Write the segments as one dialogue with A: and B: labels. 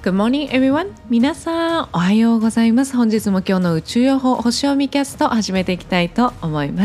A: Good morning everyone. 皆さんおはようございます。本日も今日の宇宙予報星読みキャスト始めていきたいと思います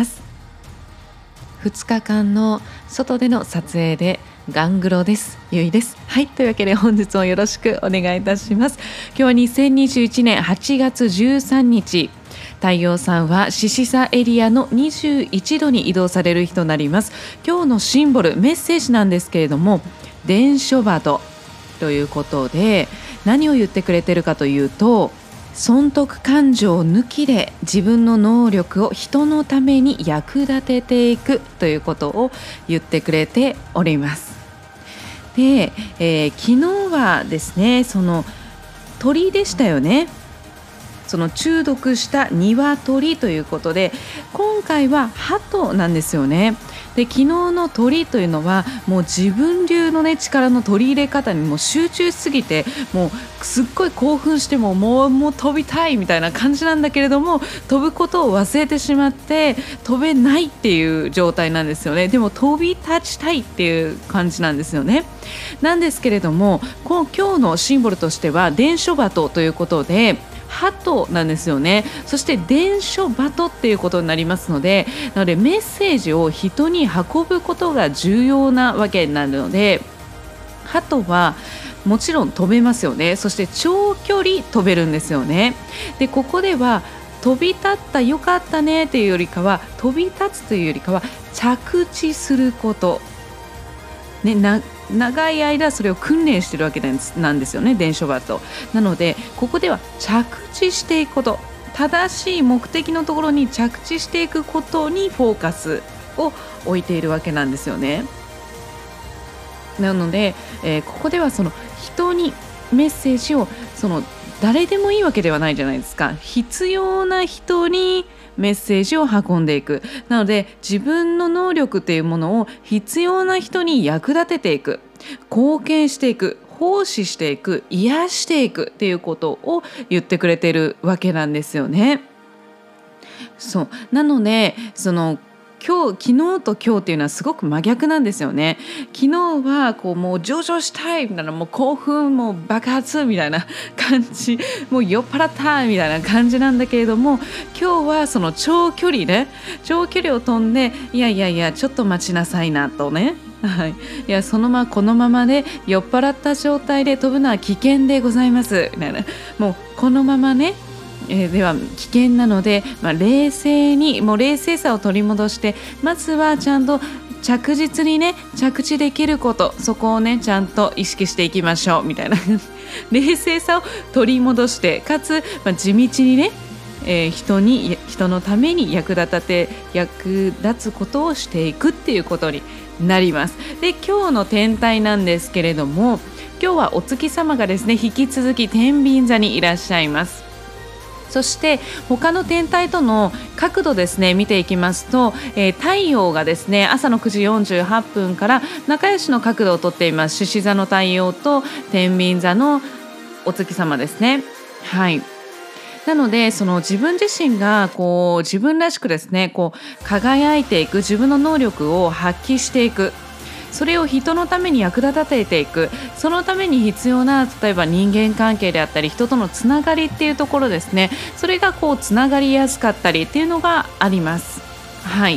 A: 。2日間の外での撮影でガングロです。ゆいです。はい、というわけで本日もよろしくお願いいたします。今日は2021年8月13日。太陽さんは獅子座エリアの21度に移動される日となります。今日のシンボルメッセージなんですけれども、伝書鳩ということで、何を言ってくれてるかというと、損得感情抜きで自分の能力を人のために役立てていくということを言ってくれております。で、昨日はですね、その鳥でしたよね。その中毒した鶏ということで、今回は鳩なんですよね。で、昨日の鳥というのはもう自分流のね力の取り入れ方にも集中しすぎて、もうすっごい興奮してもう飛びたいみたいな感じなんだけれども、飛ぶことを忘れてしまって飛べないっていう状態なんですよね。でも飛び立ちたいっていう感じなんですよね。なんですけれども、今日のシンボルとしては伝書鳩ということで鳩なんですよね。そして伝書鳩っていうことになりますので、メッセージを人に運ぶことが重要なわけになるので、鳩はもちろん飛べますよね。そして長距離飛べるんですよね。で、ここでは飛び立ったよかったねっていうよりかは、飛び立つというよりかは着地することね、長い間それを訓練しているわけなんですよね、伝書鳩。なのでここでは着地していくこと、正しい目的のところに着地していくことにフォーカスを置いているわけなんですよね。なので、ここではその人にメッセージを誰でもいいわけではないじゃないですか。必要な人にメッセージを運んでいく。なので自分の能力というものを必要な人に役立てていく、貢献していく、奉仕していく、癒していくっていうことを言ってくれているわけなんですよね。そうなので、昨日と今日っていうのはすごく真逆なんですよね。昨日はもう上昇したいみたいな、もう興奮もう爆発みたいな感じ、もう酔っ払ったみたいな感じなんだけれども、今日はその長距離を飛んで、いやちょっと待ちなさいなとね、はい、いやこのままで酔っ払った状態で飛ぶのは危険でございますみたいな、もうこのままねでは危険なので、冷静さを取り戻して、まずはちゃんと着実にね着地できること、そこをねちゃんと意識していきましょうみたいな冷静さを取り戻して、かつ、地道にね、人のために役立つことをしていくっていうことになります。で、今日の天体なんですけれども、今日はお月様がですね引き続き天秤座にいらっしゃいます。そして他の天体との角度ですね見ていきますと、太陽がですね朝の9時48分から仲良しの角度をとっています。獅子座の太陽と天秤座のお月様ですね。はい。なので自分自身が自分らしくですね輝いていく、自分の能力を発揮していく、それを人のために役立てていく、そのために必要な例えば人間関係であったり人とのつながりっていうところですね、それがつながりやすかったりっていうのがあります。はい。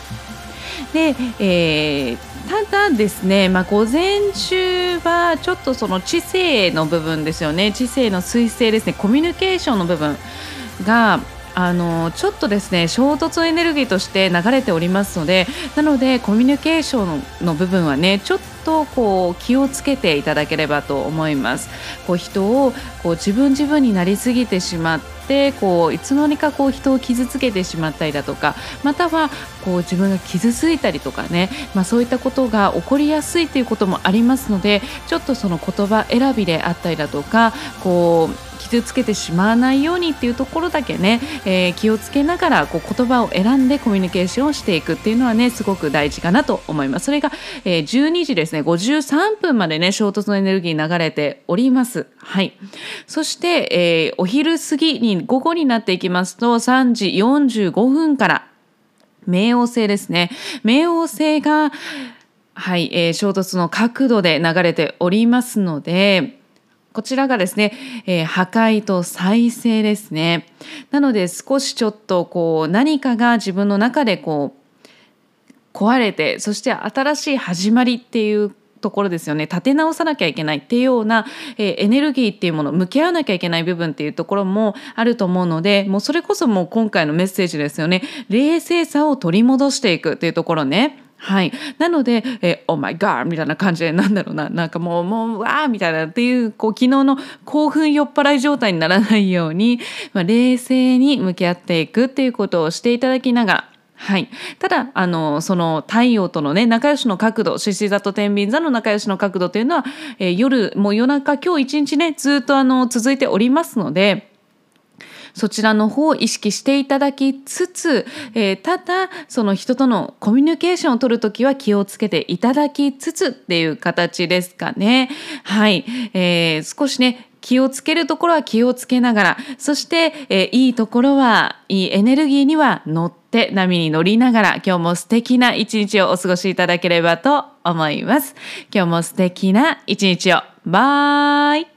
A: で、ただですね、午前中はちょっと知性の部分ですよね、知性の彗星ですね、コミュニケーションの部分がちょっとですね衝突エネルギーとして流れておりますので、なのでコミュニケーションの部分はねちょっと気をつけていただければと思います。人を自分になりすぎてしまって、いつの間にか人を傷つけてしまったりだとか、または自分が傷ついたりとかね、そういったことが起こりやすいということもありますので、ちょっと言葉選びであったりだとか傷つけてしまわないようにっていうところだけね、気をつけながら言葉を選んでコミュニケーションをしていくっていうのはねすごく大事かなと思います。それが、12時ですね53分までね衝突のエネルギー流れております。はい。そして、お昼過ぎに午後になっていきますと3時45分から冥王星ですね。冥王星がはい、衝突の角度で流れておりますので、 こちらがですね、破壊と再生ですね。なので少しちょっとこう何かが自分の中でこう壊れて、そして新しい始まりっていうところですよね。立て直さなきゃいけないっていうような、エネルギーっていうもの、向き合わなきゃいけない部分っていうところもあると思うので、もうそれこそもう今回のメッセージですよね。冷静さを取り戻していくっていうところね。はい、なので「Oh my God」みたいな感じで、なんだろうな、なんかもうわーみたいなっていう、こう昨日の興奮酔っ払い状態にならないように、冷静に向き合っていくっていうことをしていただきながら、はい、ただその太陽とのね仲良しの角度、獅子座と天秤座の仲良しの角度というのは、夜もう夜中、今日一日ねずっと続いておりますので、そちらの方を意識していただきつつ、ただその人とのコミュニケーションを取るときは気をつけていただきつつっていう形ですかね。はい、少しね気をつけるところは気をつけながら、そして、いいところはいいエネルギーには乗って波に乗りながら、今日も素敵な一日をお過ごしいただければと思います。今日も素敵な一日を。バイ。